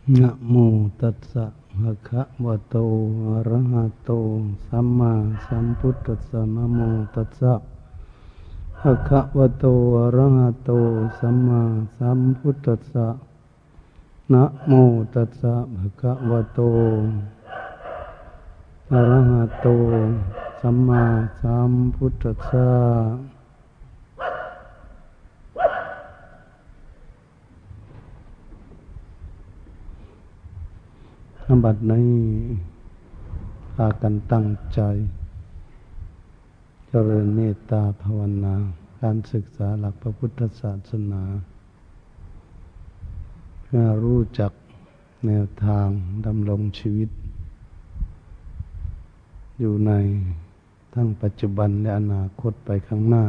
นะโมตัสสะภะคะวะโตอะระหะโตสัมมาสัมพุทธัสสะนะโมตัสสะภะคะวะโตอะระหะโตสัมมาสัมพุทธัสสะนะโมตัสสะภะคะวะโตอะระหะโตสัมมาสัมพุทธัสสะบัดนี้พากันตั้งใจเจริญเมตตาภาวนาการศึกษาหลักพระพุทธศาสนาเพื่อรู้จักแนวทางดำรงชีวิตอยู่ในทั้งปัจจุบันและอนาคตไปข้างหน้า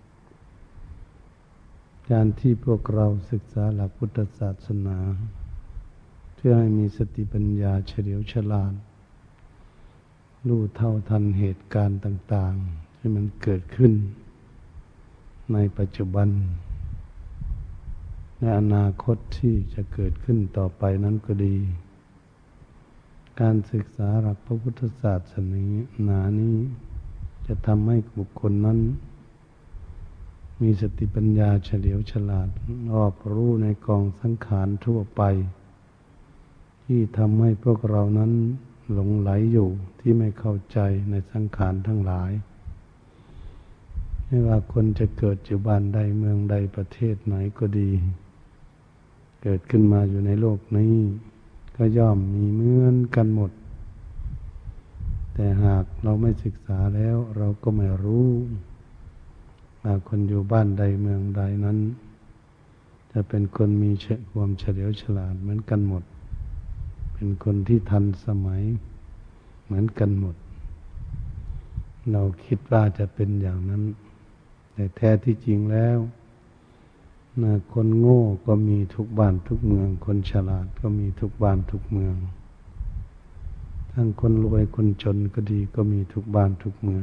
การที่พวกเราศึกษาหลักพุทธศาสนาเพื่อให้มีสติปัญญาเฉลียวฉลาดรู้เท่าทันเหตุการณ์ต่างๆที่มันเกิดขึ้นในปัจจุบันในอนาคตที่จะเกิดขึ้นต่อไปนั้นก็ดีการศึกษาหลักพระพุทธศาสนานี้จะทำให้บุคคลนั้นมีสติปัญญาเฉลียวฉลาดรอบรู้ในกองสังขารทั่วไปที่ทำให้พวกเรานั้นหลงไหลอยู่ที่ไม่เข้าใจในสังขารทั้งหลายไม่ว่าคนจะเกิดอยู่บ้านใดเมืองใดประเทศไหนก็ดีเกิดขึ้นมาอยู่ในโลกนี้ก็ย่อมมีเหมือนกันหมดแต่หากเราไม่ศึกษาแล้วเราก็ไม่รู้ว่าคนอยู่บ้านใดเมืองใดนั้นจะเป็นคนมีความเฉลียวฉลาดเหมือนกันหมดเป็นคนที่ทันสมัยเหมือนกันหมดเราคิดว่าจะเป็นอย่างนั้นแต่แท้ที่จริงแล้วคนโง่ก็มีทุกบ้านทุกเมืองคนฉลาดก็มีทุกบ้านทุกเมืองทั้งคนรวยคนจนก็ดีก็มีทุกบ้านทุกเมือง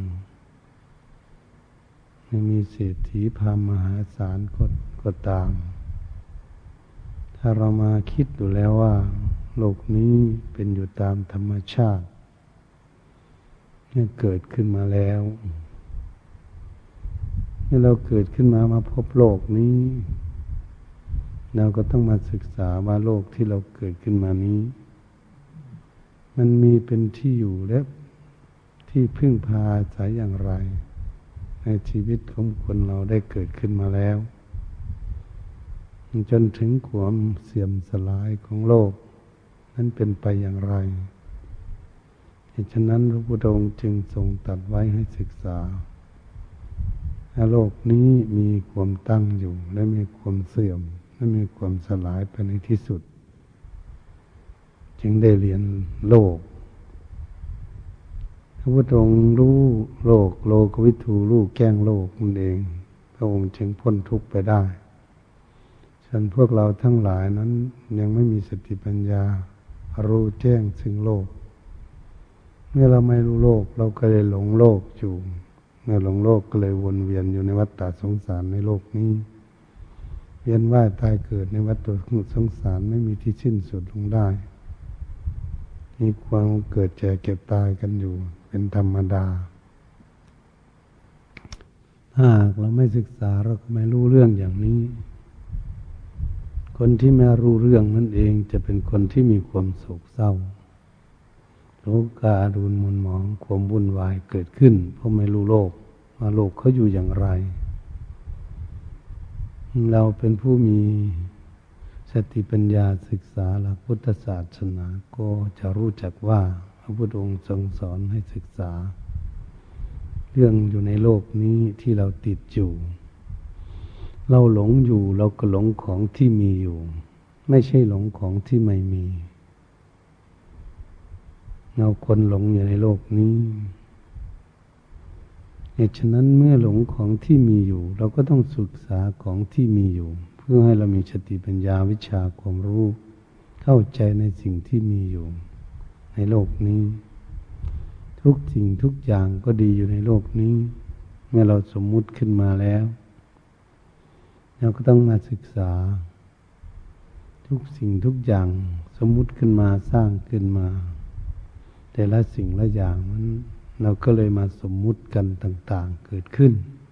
ไม่มีเศรษฐีพามหาศาลก็ตามถ้าเรามาคิดดูแล้วว่าโลกนี้เป็นอยู่ตามธรรมชาติเกิดขึ้นมาแล้วเมื่อเราเกิดขึ้นมาพบโลกนี้เราก็ต้องมาศึกษาว่าโลกที่เราเกิดขึ้นมานี้มันมีเป็นที่อยู่และที่พึ่งพาอาศัยอย่างไรในชีวิตของคนเราได้เกิดขึ้นมาแล้วจนถึงความเสื่อมสลายของโลกนั้นเป็นไปอย่างไรฉะนั้นพระพุทธองค์จึงทรงตรัสไว้ให้ศึกษาโลกนี้มีความตั้งอยู่และมีความเสื่อมและมีความสลายไปในที่สุดจึงได้เรียนโลกพระพุทธองค์รู้โลกโลกวิถูรู้แก้งโลกนั่นเองพระองค์จึงพ้นทุกข์ไปได้ส่วนพวกเราทั้งหลายนั้นยังไม่มีสติปัญญารู้แจ้งซึ่งโลกเมื่อเราไม่รู้โลกเราก็เลยหลงโลกอยู่เมื่อหลงโลกก็เลยวนเวียนอยู่ในวัฏฏะสงสารในโลกนี้เวียนว่ายตายเกิดในวัฏฏะสงสารไม่มีที่สิ้นสุดลงได้มีความเกิดแก่เก็บตายกันอยู่เป็นธรรมดาถ้าเราไม่ศึกษาเราก็ไม่รู้เรื่องอย่างนี้คนที่ไม่รู้เรื่องนั่นเองจะเป็นคนที่มีความโศกเศร้าโลกาดูลมุนหมองความวุ่นวายเกิดขึ้นเพราะไม่รู้โลกว่าโลกเขาอยู่อย่างไรเราเป็นผู้มีสติปัญญาศึกษาหลักพุทธศาสนาก็จะรู้จักว่าพระพุทธองค์ทรงสอนให้ศึกษาเรื่องอยู่ในโลกนี้ที่เราติดอยู่เราหลงอยู่เราก็หลงของที่มีอยู่ไม่ใช่หลงของที่ไม่มีเราคนหลงอยู่ในโลกนี้เหตุฉะนั้นเมื่อหลงของที่มีอยู่เราก็ต้องศึกษาของที่มีอยู่เพื่อให้เรามีสติปัญญาวิชาความรู้เข้าใจในสิ่งที่มีอยู่ในโลกนี้ทุกสิ่งทุกอย่างก็ดีอยู่ในโลกนี้เมื่อเราสมมุติขึ้นมาแล้วเราก็ต้องมาศึกษาทุกสิ่งทุกอย่างสมมุติขึ้นมาสร้างขึ้นมาแต่ละสิ่งละอย่างนั้นเราก็เลยมาสมมุติกันต่างๆเกิดขึ้น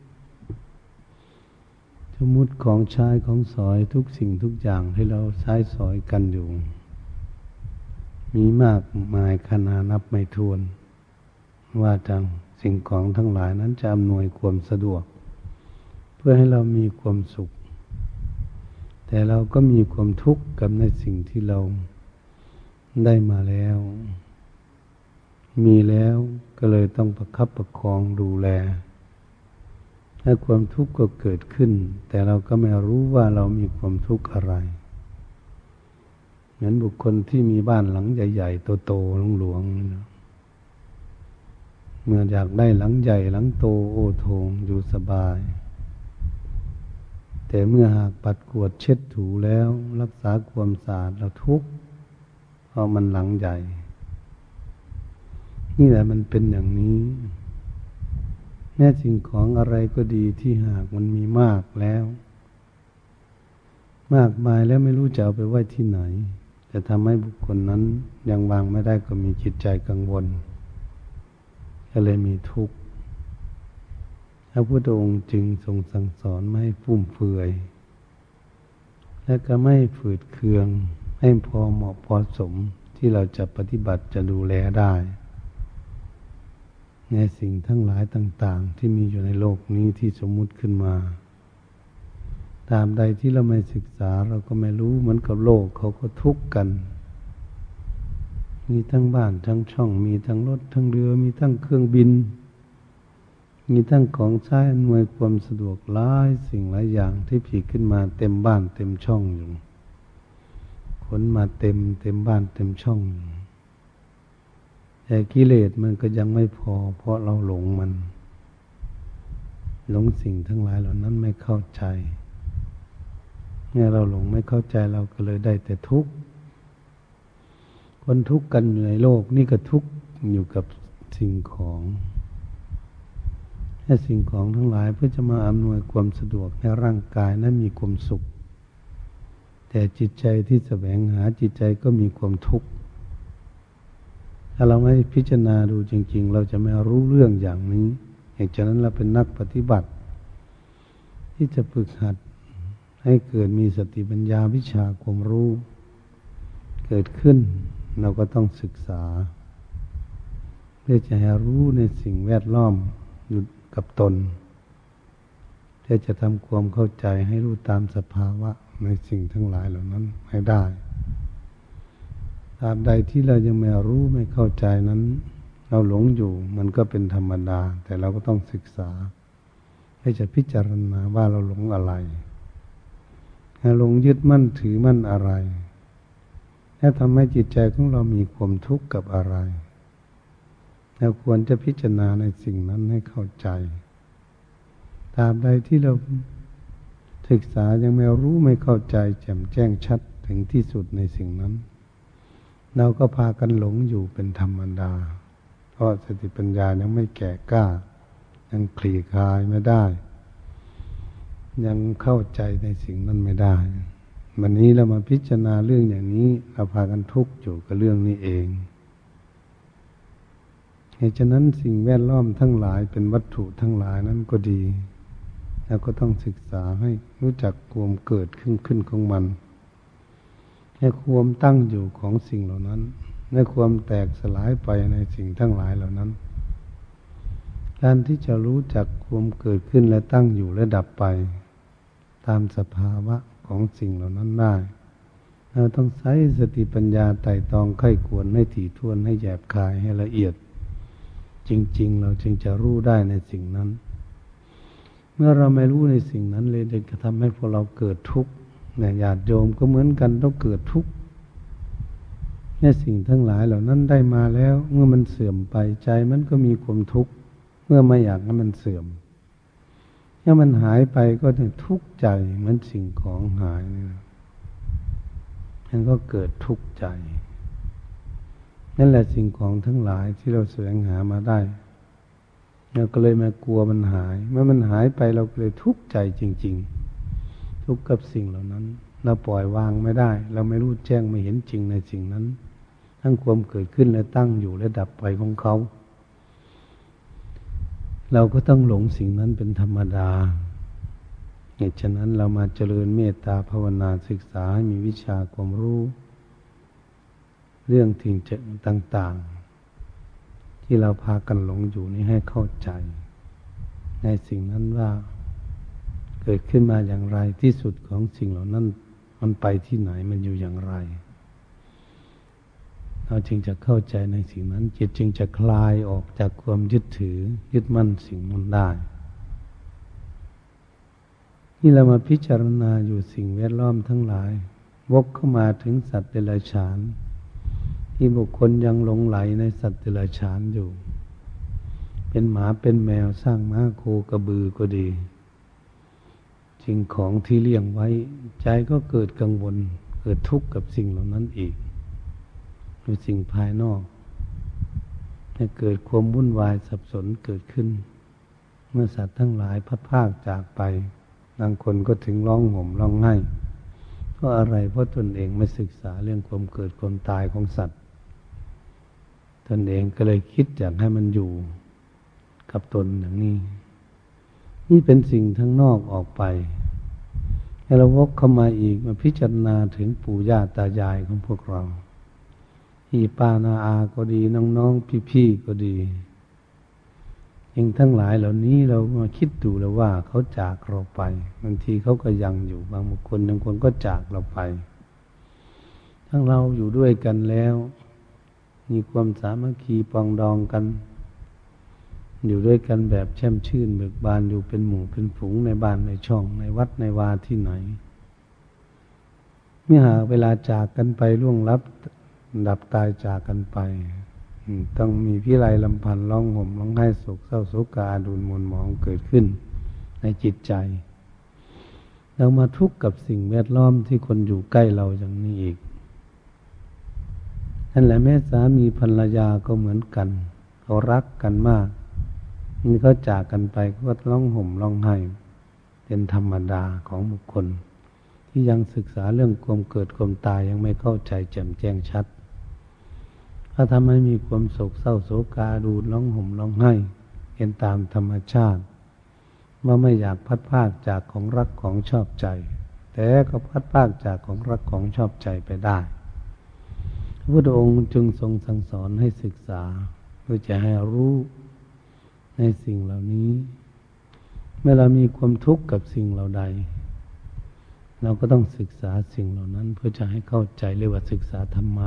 สมมุติของใช้ของสอยทุกสิ่งทุกอย่างที่เราใช้สอยกันอยู่มีมากมายขนานับไม่ถ้วนว่าจังสิ่งของทั้งหลายนั้นจะอำนวยความสะดวกเพื่อให้เรามีความสุขแต่เราก็มีความทุกข์กับในสิ่งที่เราได้มาแล้วมีแล้วก็เลยต้องประคับประคองดูแลถ้าความทุกข์ก็เกิดขึ้นแต่เราก็ไม่รู้ว่าเรามีความทุกข์อะไรเหมือนบุคคลที่มีบ้านหลังใหญ่ๆโตๆหลวงๆเมื่ออยากได้หลังใหญ่หลังโตโอโถงอยู่สบายแต่เมื่อหากปัดกวาดเช็ดถูแล้วรักษาความสะอาดเราทุกข์เพราะมันหลังใหญ่นี่แหละมันเป็นอย่างนี้แม้สิ่งของอะไรก็ดีที่หากมันมีมากแล้วมากมายแล้วไม่รู้จะเอาไปไว้ที่ไหนจะทำให้บุคคลนั้นยังวางไม่ได้ก็มีจิตใจกังวลก็เลยมีทุกข์พระพุทธองค์จึงทรงสั่งสอนไม่ให้ฟุ่มเฟือยและก็ไม่ฝืดเคืองให้พอเหมาะพอสมที่เราจะปฏิบัติจะดูแลได้ในสิ่งทั้งหลายต่างๆที่มีอยู่ในโลกนี้ที่สมมุติขึ้นมาตามใดที่เราไม่ศึกษาเราก็ไม่รู้เหมือนกับโลกเขาก็ทุกข์กันมีทั้งบ้านทั้งช่องมีทั้งรถทั้งเรือมีทั้งเครื่องบินมีทั้งของใช้อำนวยความสะดวกหลายสิ่งหลายอย่างที่ผลิตขึ้นมาเต็มบ้านเต็มช่องอยู่ขนมาเต็มบ้านเต็มช่องแต่กิเลสมันก็ยังไม่พอเพราะเราหลงมันหลงสิ่งทั้งหลายเหล่านั้นไม่เข้าใจเมื่อเราหลงไม่เข้าใจเราก็เลยได้แต่ทุกข์คนทุกข์กันอยู่ในโลกนี่ก็ทุกข์อยู่กับสิ่งของให้สิ่งของทั้งหลายเพื่อจะมาอำนวยความสะดวกให้ร่างกายนั้นมีความสุขแต่จิตใจที่แสวงหาจิตใจก็มีความทุกข์ถ้าเราไม่พิจารณาดูจริงๆเราจะไม่รู้เรื่องอย่างนี้อย่างฉะนั้นเราเป็นนักปฏิบัติที่จะฝึกหัดให้เกิดมีสติปัญญาวิชาความรู้เกิดขึ้นเราก็ต้องศึกษาเพื่อจะให้รู้ในสิ่งแวดล้อมอยู่กับตนเพื่อจะทำความเข้าใจให้รู้ตามสภาวะในสิ่งทั้งหลายเหล่านั้นให้ได้ตราบใดที่เรายังไม่รู้ไม่เข้าใจนั้นเราหลงอยู่มันก็เป็นธรรมดาแต่เราก็ต้องศึกษาให้จะพิจารณาว่าเราหลงอะไรหลงยึดมั่นถือมั่นอะไรและทำให้จิตใจของเรามีความทุกข์กับอะไรเราควรจะพิจารณาในสิ่งนั้นให้เข้าใจตราบใดที่เราศึกษายังไม่รู้ไม่เข้าใจแจ่มแจ้งชัดถึงที่สุดในสิ่งนั้นเราก็พากันหลงอยู่เป็นธรรมดาเพราะสติปัญญายังไม่แก่กล้ายังคลี่คลายไม่ได้ยังเข้าใจในสิ่งนั้นไม่ได้วันนี้เรามาพิจารณาเรื่องอย่างนี้เราพากันทุกข์อยู่กับเรื่องนี้เองเหตุฉะนั้นสิ่งแวดล้อมทั้งหลายเป็นวัตถุทั้งหลายนั้นก็ดีเราก็ต้องศึกษาให้รู้จักความเกิดขึ้นของมันให้ความตั้งอยู่ของสิ่งเหล่านั้นให้ความแตกสลายไปในสิ่งทั้งหลายเหล่านั้นการที่จะรู้จักความเกิดขึ้นและตั้งอยู่และดับไปตามสภาวะของสิ่งเหล่านั้นได้เราต้องใช้สติปัญญาไต่ตองไข้ควรให้ถี่ถ้วนให้แยบคายให้ละเอียดจริงๆเราจึงจะรู้ได้ในสิ่งนั้นเมื่อเราไม่รู้ในสิ่งนั้นเลยจะทำให้พวกเราเกิดทุกข์เนี่ยญาติโยมก็เหมือนกันต้องเกิดทุกข์ในสิ่งทั้งหลายเหล่านั้นได้มาแล้วเมื่อมันเสื่อมไปใจมันก็มีความทุกข์เมื่อไม่อยากให้มันเสื่อมถ้ามันหายไปก็จะทุกข์ใจเหมือนสิ่งของหายมันก็เกิดทุกข์ใจนั่นแหละสิ่งของทั้งหลายที่เราแสวงหามาได้เราก็เลยมากลัวมันหายเมื่อมันหายไปเราก็เลยทุกข์ใจจริงๆทุกข์กับสิ่งเหล่านั้นเราปล่อยวางไม่ได้เราไม่รู้แจ้งไม่เห็นจริงในสิ่งนั้นทั้งความเกิดขึ้นและตั้งอยู่และดับไปของเขาเราก็ต้องหลงสิ่งนั้นเป็นธรรมดาเหตุฉะนั้นเรามาเจริญเมตตาภาวนาศึกษาให้มีวิชาความรู้เรื่องสิ่งต่างๆที่เราพากันหลงอยู่นี้ให้เข้าใจในสิ่งนั้นว่าเกิดขึ้นมาอย่างไรที่สุดของสิ่งเหล่านั้นมันไปที่ไหนมันอยู่อย่างไรเราจึงจะเข้าใจในสิ่งนั้นจิตจึงจะคลายออกจากความยึดถือยึดมั่นสิ่งนั้นได้ที่เรามาพิจารณาอยู่สิ่งแวดล้อมทั้งหลายวกเข้ามาถึงสัตว์เดรัจฉานที่บุคคลยังหลงไหลในสัตว์เดรัจฉานอยู่เป็นหมาเป็นแมวสร้างม้าโคกระบือก็ดีสิ่งของที่เลี้ยงไว้ใจก็เกิดกังวลเกิดทุกข์กับสิ่งเหล่านั้นอีกหรือสิ่งภายนอกให้เกิดความวุ่นวายสับสนเกิดขึ้นเมื่อสัตว์ทั้งหลายพัดพรากจากไปบางคนก็ถึงร้องห่มร้องไห้เพราะอะไรเพราะตนเองไม่ศึกษาเรื่องความเกิดความตายของสัตว์ตนเองก็เลยคิดอยากให้มันอยู่กับตนอย่างนี้นี่เป็นสิ่งทั้งนอกออกไปให้เราวกเข้ามาอีกมาพิจารณาถึงปู่ย่าตายายของพวกเราพี่ป้านาอาก็ดีน้องๆพี่ๆก็ดีเองทั้งหลายเหล่านี้เรามาคิดดูแล้วว่าเขาจากเราไปบางทีเขาก็ยังอยู่บางคนก็จากเราไปทั้งเราอยู่ด้วยกันแล้วมีความสามัคคีปองดองกันอยู่ด้วยกันแบบแช่มชื่นเบิกบานอยู่เป็นหมู่เป็นฝูงในบ้านในช่องในวัดในวาที่ไหนเมื่อหากเวลาจากกันไปล่วงลับดับตายจากกันไปต้องมีพิไรลำพันธ์ร้องห่มร้องไห้โศกเศร้าโศกาดูลหม่นหมองเกิดขึ้นในจิตใจเรามาทุกข์กับสิ่งแวดล้อมที่คนอยู่ใกล้เราอย่างนี้อีกนั่นแหละแม่สามีภรรยาก็เหมือนกันเขารักกันมากนี่เขาจากกันไปก็ร้องห่มร้องไห้เป็นธรรมดาของบุคคลที่ยังศึกษาเรื่องความเกิดความตายยังไม่เข้าใจแจ่มแจ้งชัดถ้าทำให้มีความโศกเศร้าโศกาดูร้องห่มร้องไห้เห็นตามธรรมชาติว่าไม่อยากพัดพรากจากของรักของชอบใจแต่ก็พัดพรากจากของรักของชอบใจไปได้พระพุทธองค์จึงทรงสั่งสอนให้ศึกษาเพื่อจะให้รู้ในสิ่งเหล่านี้เมื่อเรามีความทุกข์กับสิ่งเหล่าใดเราก็ต้องศึกษาสิ่งเหล่านั้นเพื่อจะให้เข้าใจเรียกว่าศึกษาธรรมะ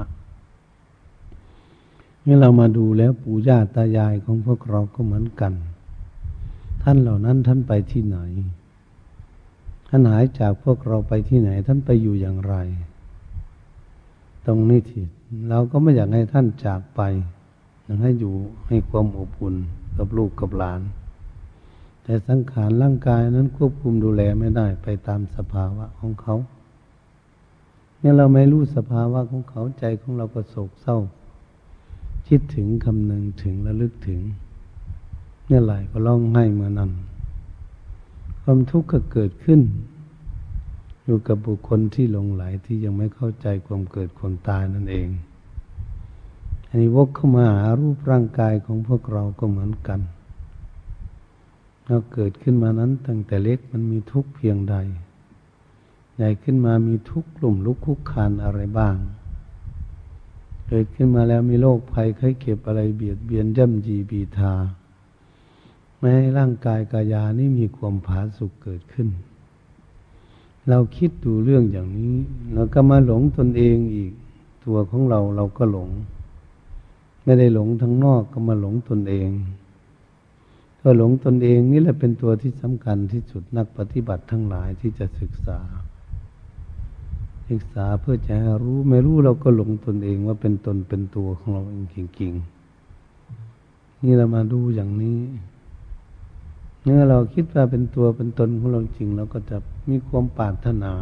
เมื่อเรามาดูแล้วปู่ย่าตายายของพวกเราก็เหมือนกันท่านเหล่านั้นท่านไปที่ไหนท่านหายจากพวกเราไปที่ไหนท่านไปอยู่อย่างไรตรงนี้ที่เราก็ไม่อยากให้ท่านจากไปอยากให้อยู่ให้ความอบอุ่นกับลูกกับหลานแต่สังขารร่างกายนั้นควบคุมดูแลไม่ได้ไปตามสภาวะของเขาเนี่ยเราไม่รู้สภาวะของเขาใจของเราก็โศกเศร้าคิดถึงคำนึงถึงระลึกถึงเนี่ยไหลก็ร้องไห้เมื่อนั้นความทุกข์ก็เกิดขึ้นอยู่กับบุคคลที่หลงไหลที่ยังไม่เข้าใจความเกิดความตายนั่นเองอันนี้วกเข้ามาหารูปร่างกายของพวกเราก็เหมือนกันเราเกิดขึ้นมานั้นตั้งแต่เล็กมันมีทุกข์เพียงใดใหญ่ขึ้นมามีทุกข์กลุ่มลุกคุกคานอะไรบ้างเกิดขึ้นมาแล้วมีโรคภัยไข้เจ็บอะไรเบียดเบียนย่ำยีบีทาไม่ให้ร่างกายกายานี่มีความผาสุกเกิดขึ้นเราคิดดูเรื่องอย่างนี้แล้วก็มาหลงตนเองอีกตัวของเราก็หลงไม่ได้หลงทั้งนอกก็มาหลงตนเองก็หลงตนเองนี่แหละเป็นตัวที่สำคัญที่สุดนักปฏิบัติทั้งหลายที่จะศึกษาเพื่อจะให้รู้ไม่รู้เราก็หลงตนเองว่าเป็นตนเป็นตัวของเราเองจริงๆนี่เรามาดูอย่างนี้เมื่อเราคิดว่าเป็นตัวเป็นตนของเราจริงเราก็จะมีความปรารถนา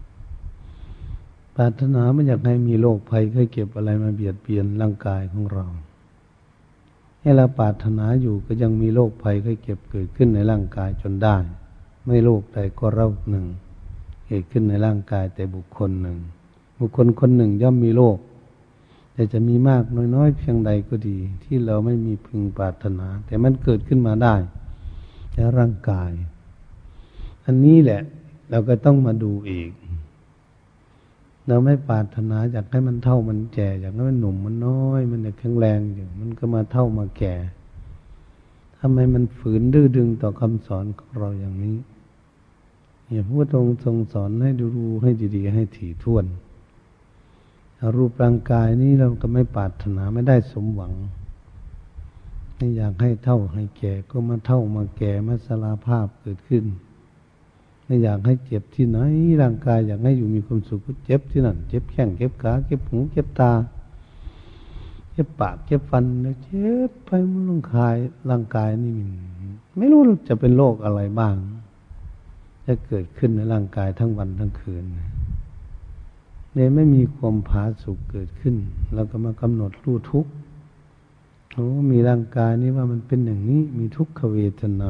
ไม่อยากให้มีโรคภัยไข้เจ็บอะไรมาเบียดเบียนร่างกายของเราให้เราปรารถนาอยู่ก็ยังมีโรคภัยไข้เจ็บเกิดขึ้นในร่างกายจนได้ไม่โรคใดก็โรคหนึ่งเกิดขึ้นในร่างกายแต่บุคคลหนึ่งบุคคลคนหนึ่งย่อมมีโรคแต่จะมีมากน้อยเพียงใดก็ดีที่เราไม่มีพึงปรารถนาแต่มันเกิดขึ้นมาได้ในร่างกายอันนี้แหละเราก็ต้องมาดูอีกเราไม่ปรารถนาอยากให้มันเฒ่ามันแก่อยากให้มันหนุ่มมันน้อยมันอยากแข็งแรงอยู่มันก็มาเฒ่ามาแก่ทำไมมันฝืนดื้อดึงต่อคำสอนของเราอย่างนี้พระพุทธองค์ทรงสอนให้ดูให้ดีๆให้ถี่ถ้วนรูปร่างกายนี้เราก็ไม่ปรารถนาไม่ได้สมหวังไม่อยากให้เฒ่าให้แก่ก็มาเฒ่ามาแก่มาชราภาพเกิดขึ้นไม่อยากให้เจ็บที่ไหนร่างกายอยากให้อยู่มีความสุขก็เจ็บที่นั่นเจ็บแข้งเจ็บขาเจ็บหูเจ็บตาเจ็บปากเจ็บฟันเจ็บไปมันร่างกายนี่มันไม่รู้จะเป็นโรคอะไรบ้างจะเกิดขึ้นในร่างกายทั้งวันทั้งคืนเนี่ยไม่มีความผาสุกเกิดขึ้นแล้วก็มากำหนดรู้ทุกข์มีร่างกายนี้ว่ามันเป็นอย่างนี้มีทุกขเวทนา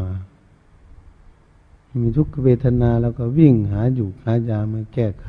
มีทุกขเวทนาแล้วก็วิ่งหายามาแก้ไข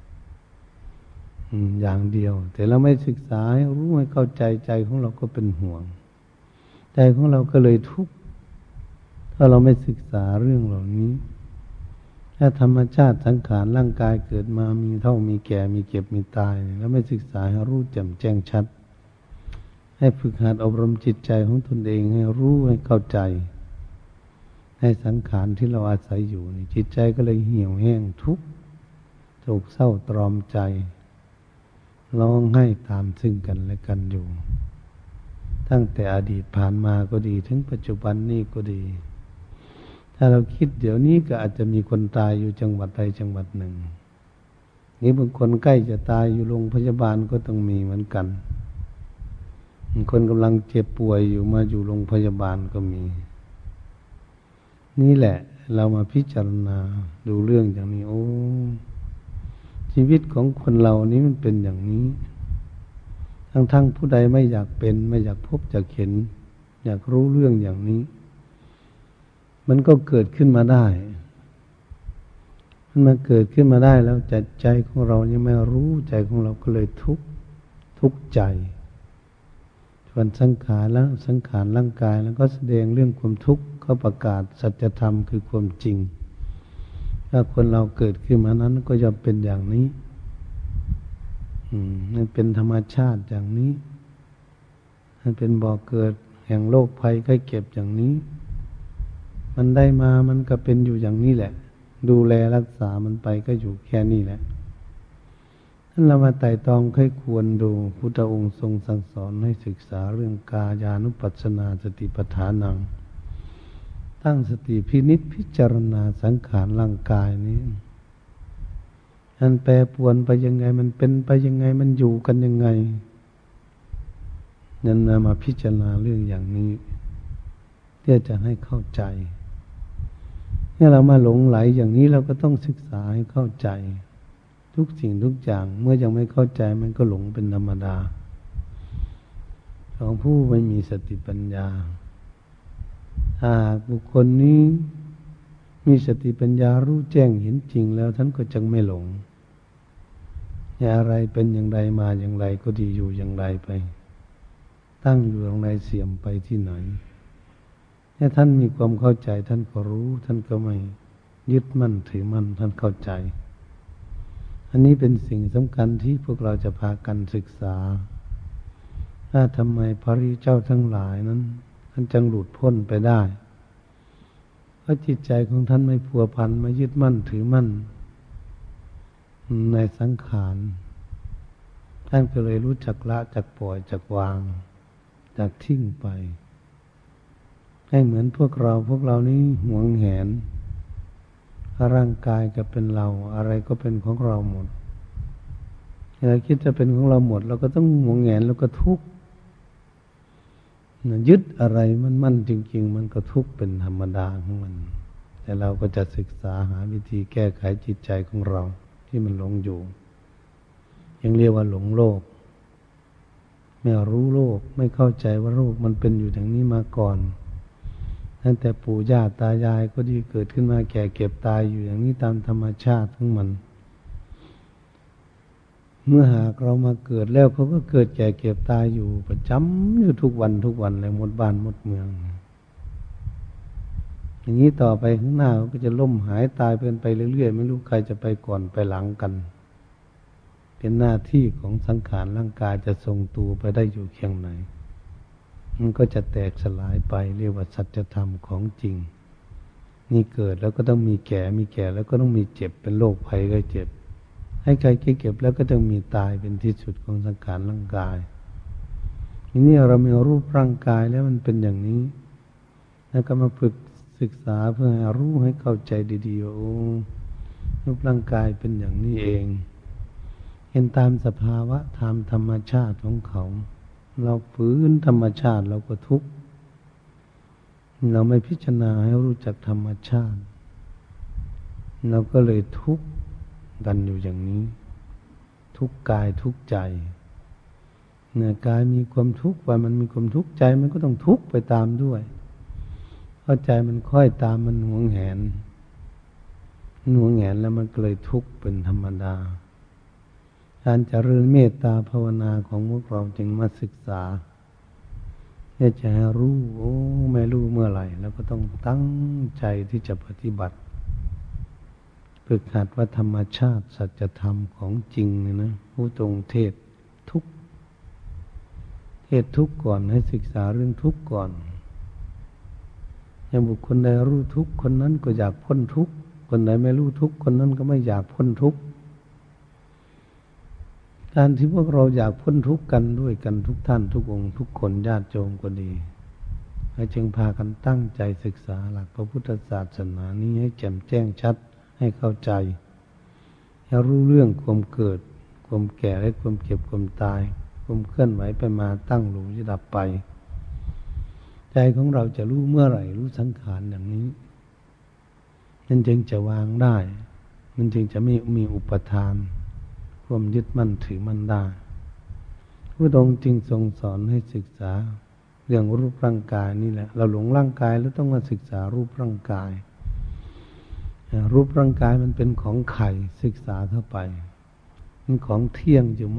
อย่างเดียวแต่เราไม่ศึกษาให้รู้ให้เข้าใจใจของเราก็เป็นห่วงใจของเราก็เลยทุกข์ถ้าเราไม่ศึกษาเรื่องเหล่านี้ถ้าธรรมชาติสังขารร่างกายเกิดมามีเท่ามีแก่มีเจ็บมีตายแล้วไม่ศึกษาให้รู้แจ่มแจ้งชัดให้ฝึกหัดอบรมจิตใจของตนเองให้รู้ให้เข้าใจให้สังขารที่เราอาศัยอยู่นี่จิตใจก็เลยเหี่ยวแห้งทุกข์โศกเศร้าตรอมใจร้องไห้ตามซึ่งกันและกันอยู่ตั้งแต่อดีตผ่านมาก็ดีถึงปัจจุบันนี้ก็ดีถ้าเราคิดเดี๋ยวนี้ก็อาจจะมีคนตายอยู่จังหวัดใดจังหวัดหนึ่งนี่บางคนใกล้จะตายอยู่โรงพยาบาลก็ต้องมีเหมือนกันบางคนกำลังเจ็บป่วยอยู่มาอยู่โรงพยาบาลก็มีนี่แหละเรามาพิจารณาดูเรื่องอย่างนี้ชีวิตของคนเรานี้มันเป็นอย่างนี้ทั้งผู้ใดไม่อยากเป็นไม่อยากพบอยากเห็นอยากรู้เรื่องอย่างนี้มันก็เกิดขึ้นมาได้มันมาเกิดขึ้นมาได้แล้วใจของเรายังไม่รู้ใจของเราก็เลยทุกข์ใจส่วนสังขารร่างกายแล้วก็แสดงเรื่องความทุกข์ก็ประกาศสัจธรรมคือความจริงถ้าคนเราเกิดขึ้นมานั้นก็จะเป็นอย่างนี้มันเป็นธรรมชาติอย่างนี้มันเป็นบ่อเกิดแห่งโรคภัยไข้เจ็บอย่างนี้มันได้มามันก็เป็นอยู่อย่างนี้แหละดูแลรักษามันไปก็อยู่แค่นี้แหละท่านเรามาไต่ตองค่อยควรดูพุทธองค์ทรงสั่งสอนให้ศึกษาเรื่องกายานุปัสสนาสติปัฏฐานังตั้งสติพินิจพิจารณาสังขารร่างกายนี้มันแปรปรวนไปยังไงมันเป็นไปยังไงมันอยู่กันยังไงนั่นมาพิจารณาเรื่องอย่างนี้เพื่อจะให้เข้าใจเนี่ยเรามาหลงไหลอย่างนี้เราก็ต้องศึกษาให้เข้าใจทุกสิ่งทุกอย่างเมื่อยังไม่เข้าใจมันก็หลงเป็นธรรมดาของผู้ไม่มีสติปัญญาถ้าบุคคลนี้มีสติปัญญารู้แจ้งเห็นจริงแล้วท่านก็จะไม่หลงอะไรเป็นอย่างไรมาอย่างไรก็ดีอยู่อย่างไรไปตั้งอยู่อย่างไรเสื่อมไปที่ไหนถ้าท่านมีความเข้าใจท่านก็รู้ท่านก็ไม่ยึดมั่นถือมั่นท่านเข้าใจอันนี้เป็นสิ่งสำคัญที่พวกเราจะพากันศึกษาทำไมพระริเจ้าทั้งหลายนั้นท่านจึงหลุดพ้นไปได้เพราะจิตใจของท่านไม่พัวพันไม่ยึดมั่นถือมั่นในสังขารท่านก็เลยรู้จักละจักปล่อยจักวางจักทิ้งไปให้เหมือนพวกเรานี้หวงแหนร่างกายก็เป็นเราอะไรก็เป็นของเราหมดเราคิดจะเป็นของเราหมดเราก็ต้องหวงแหนแล้วก็ทุกข์ยึดอะไรมันมั่นจริงๆมันก็ทุกข์เป็นธรรมดาของมันแต่เราก็จะศึกษาหาวิธีแก้ไขจิตใจของเราที่มันหลงอยู่ยังเรียกว่าหลงโลกไม่รู้โลกไม่เข้าใจว่าโลกมันเป็นอยู่อย่างนี้มาก่อนตั้งแต่ปู่ย่าตายายก็ดีเกิดขึ้นมาแก่เก็บตายอยู่อย่างนี้ตามธรรมชาติของมันเมื่อหากเรามาเกิดแล้วเขาก็เกิดแก่เก็บตายอยู่ประจำอยู่ทุกวันเลยหมดบ้านหมดเมืองอย่างนี้ต่อไปข้างหน้าก็จะล่มหายตายเป็นไปเรื่อยๆไม่รู้ใครจะไปก่อนไปหลังกันเป็นหน้าที่ของสังขารร่างกายจะทรงตัวไปได้อยู่เคียงไหนมันก็จะแตกสลายไปเรียกว่าสัจธรรมของจริงนี่เกิดแล้วก็ต้องมีแก่แล้วก็ต้องมีเจ็บเป็นโรคภัยไข้เจ็บให้ใครเก็บแล้วก็ต้องมีตายเป็นที่สุดของสังขารร่างกายทีนี้เรามีรูปร่างกายแล้วมันเป็นอย่างนี้แล้วก็มาฝึกศึกษาเพื่อให้รู้ให้เข้าใจดีๆว่าโอ้รูปร่างกายเป็นอย่างนี้เองเห็นตามสภาวะธรรมชาติของเขาเราฝืนธรรมชาติเราก็ทุกข์เราไม่พิจารณาให้รู้จักธรรมชาติเราก็เลยทุกข์กันอยู่อย่างนี้ทุกข์กายทุกข์ใจเนี่ยกายมีความทุกข์ว่ามันมีความทุกข์ใจมันก็ต้องทุกข์ไปตามด้วยเพราะใจมันค่อยตามมันหวงแหนแล้วมันก็เลยทุกข์เป็นธรรมดาการเจริญเมตตาภาวนาของพวกเราจึงมาศึกษาจะให้รู้ไม่รู้เมื่อไหร่แล้วก็ต้องตั้งใจที่จะปฏิบัติฝึกหัดว่าธรรมชาติสัจธรรมของจริงเนี่ยนะผู้ตรงเทศทุกก่อนให้ศึกษาเรื่องทุกข์ก่อนอย่างบุคคลใดรู้ทุกข์คนนั้นก็อยากพ้นทุกข์คนใดไม่รู้ทุกข์คนนั้นก็ไม่อยากพ้นทุกข์การที่พวกเราอยากพ้นทุกข์กันด้วยกันทุกท่านทุกองค์ทุกคนญาติโยมก็ดีให้จึงพากันตั้งใจศึกษาหลักพระพุทธศาสนานี้ให้แจ่มแจ้งชัดให้เข้าใจให้รู้เรื่องความเกิดความแก่และความเจ็บความตายความเคลื่อนไหวไปมาตั้งอยู่ดับไปใจของเราจะรู้เมื่อไหร่รู้สังขารอย่างนี้มันจึงจะวางได้มันจึงจะไม่มีอุปทานความยึดมั่นถือมั่นได้พระองค์จึงทรงสอนให้ศึกษาเรื่องรูปร่างกายนี่แหละเราหลงร่างกายแล้วต้องมาศึกษารูปร่างกายรูปร่างกายมันเป็นของไข่ศึกษาเข้าไปมันของเที่ยงอยู่ไหม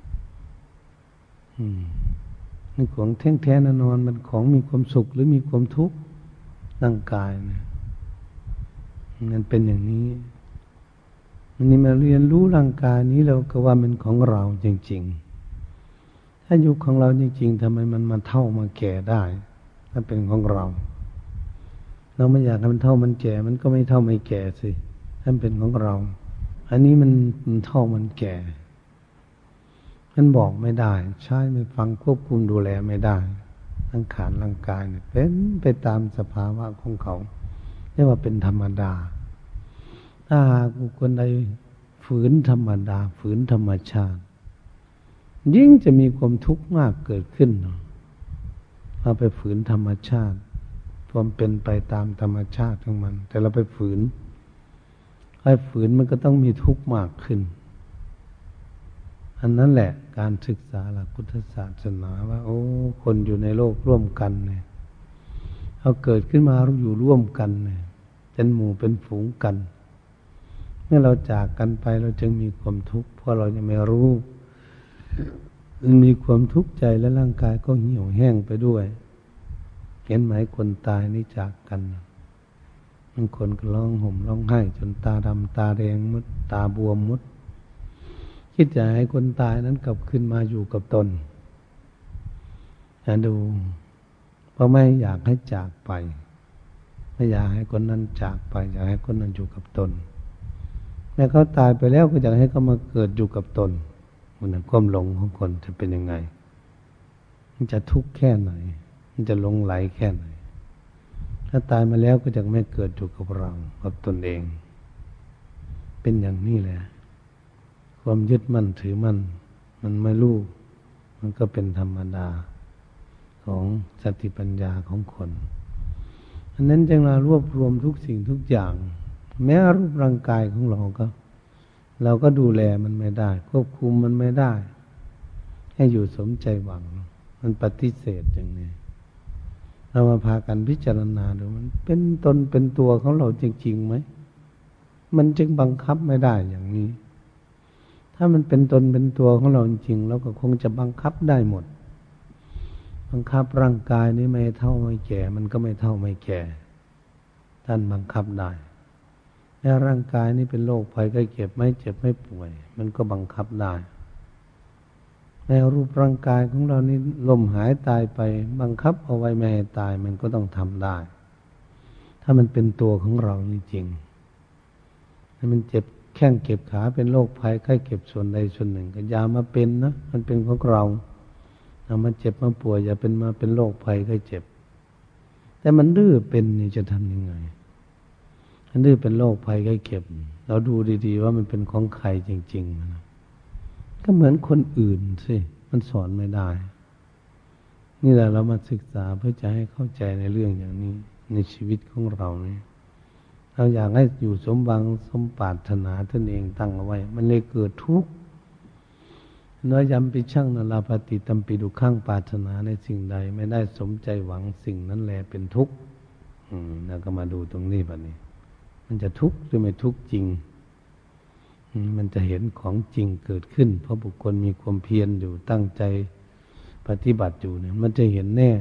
มันของแท้แท้แน่นอนมันของมีความสุขหรือมีความทุกข์ร่างกายเนี่ยมันเป็นอย่างนี้อันนี้มาเรียนรู้ร่างกายนี้เราก็ว่ามันของเราจริงๆถ้าอยู่ของเราจริงๆทำไมมันมาเฒ่ามาแก่ได้ถ้าเป็นของเราไม่อยากให้มันเฒ่ามันแก่มันก็ไม่เฒ่าไม่แก่สิถ้าเป็นของเราอันนี้มันเฒ่ามันแก่มันบอกไม่ได้ใช้ไม่ฟังควบคุมดูแลไม่ได้สังขารร่างกายเนี่ยเป็นไปตามสภาวะของเขาเรียกว่าเป็นธรรมดาถ้าหากบุคคลใดฝืนธรรมดาฝืนธรรมชาติยิ่งจะมีความทุกข์มากเกิดขึ้นเราไปฝืนธรรมชาติความเป็นไปตามธรรมชาติของมันแต่เราไปฝืนมันก็ต้องมีทุกข์มากขึ้นอันนั้นแหละการศึกษาหลักพุทธศาสนาว่าคนอยู่ในโลกร่วมกันเนี่ยเขาเกิดขึ้นมาอยู่ร่วมกันเนี่ยเป็นหมู่เป็นฝูงกันเมื่อเราจากกันไปเราจึงมีความทุกข์เพราะเรายังไม่รู้มีความทุกข์ใจและร่างกายก็เหี่ยวแห้งไปด้วยเห็นไหมคนตายนี่จากกันบางคนก็ร้องห่มร้องไห้จนตาดำตาแดงมดตาบวมมดคิดจะให้คนตายนั้นกลับขึ้นมาอยู่กับตนดูเพราะไม่อยากให้จากไปไม่อยากให้คนนั้นจากไปอยากให้คนนั้นอยู่กับตนแม้เขาตายไปแล้วก็อยากให้เขามาเกิดอยู่กับตนมันความหลงของคนจะเป็นยังไงมันจะทุกข์แค่ไหนมันจะหลงไหลแค่ไหนถ้าตายมาแล้วก็จะไม่เกิดอยู่กับเรากับตนเองเป็นอย่างนี้แหละความยึดมั่นถือมั่นมันไม่รู้มันก็เป็นธรรมดาของสติปัญญาของคนอันนั้นจึงเรารวบรวมทุกสิ่งทุกอย่างแม้รูปร่างกายของเราก็ดูแลมันไม่ได้ควบคุมมันไม่ได้ให้อยู่สมใจหวังมันปฏิเสธอย่างนี้เรามาพากันพิจารณาดูมันเป็นตนเป็นตัวของเราจริงๆไหมมันจึงบังคับไม่ได้อย่างนี้ถ้ามันเป็นตนเป็นตัวของเราจริงๆเราก็คงจะบังคับได้หมดบังคับร่างกายนี้ไม่เท่าไม่แก่มันก็ไม่เท่าไม่แก่ท่านบังคับได้แล้วร่างกายนี้เป็นโรคภัยไข้เจ็บไม่เจ็บไม่ป่วยมันก็บังคับได้แล้วรูปร่างกายของเรานี่ลมหายตายไปบังคับเอาไว้ไม่ให้ตายมันก็ต้องทำได้ถ้ามันเป็นตัวของเราจริงๆถ้ามันเจ็บแข้งเจ็บขาเป็นโรคภัยไข้เจ็บส่วนใดส่วนหนึ่งก็อย่ามาเป็นนะมันเป็นของเราเอามาเจ็บมาป่วยอย่าเป็นมาเป็นโรคภัยไข้เจ็บแต่มันดื้อเป็นนี่จะทำยังไงมันดื้อเป็นโรคภัยไข้เจ็บเราดูดีๆว่ามันเป็นของใครจริงๆนะก็เหมือนคนอื่นสิมันสอนไม่ได้นี่แหละเรามาศึกษาเพื่อจะให้เข้าใจในเรื่องอย่างนี้ในชีวิตของเรานี่เราอยากให้อยู่สมหวังสมปรารถนาตนเองตั้งเอาไว้มันเลยเกิดทุกข์น้อยยำปิช่างนราปฏิตัมปิดุขังปรารถนาในสิ่งใดไม่ได้สมใจหวังสิ่งนั้นแลเป็นทุกข์แล้วก็มาดูตรงนี้บัดนี้มันจะทุกข์หรือไม่ทุกข์จริงมันจะเห็นของจริงเกิดขึ้นเพราะบุคคลมีความเพียรอยู่ตั้งใจปฏิบัติอยู่เนี่ยมันจะเห็นแน่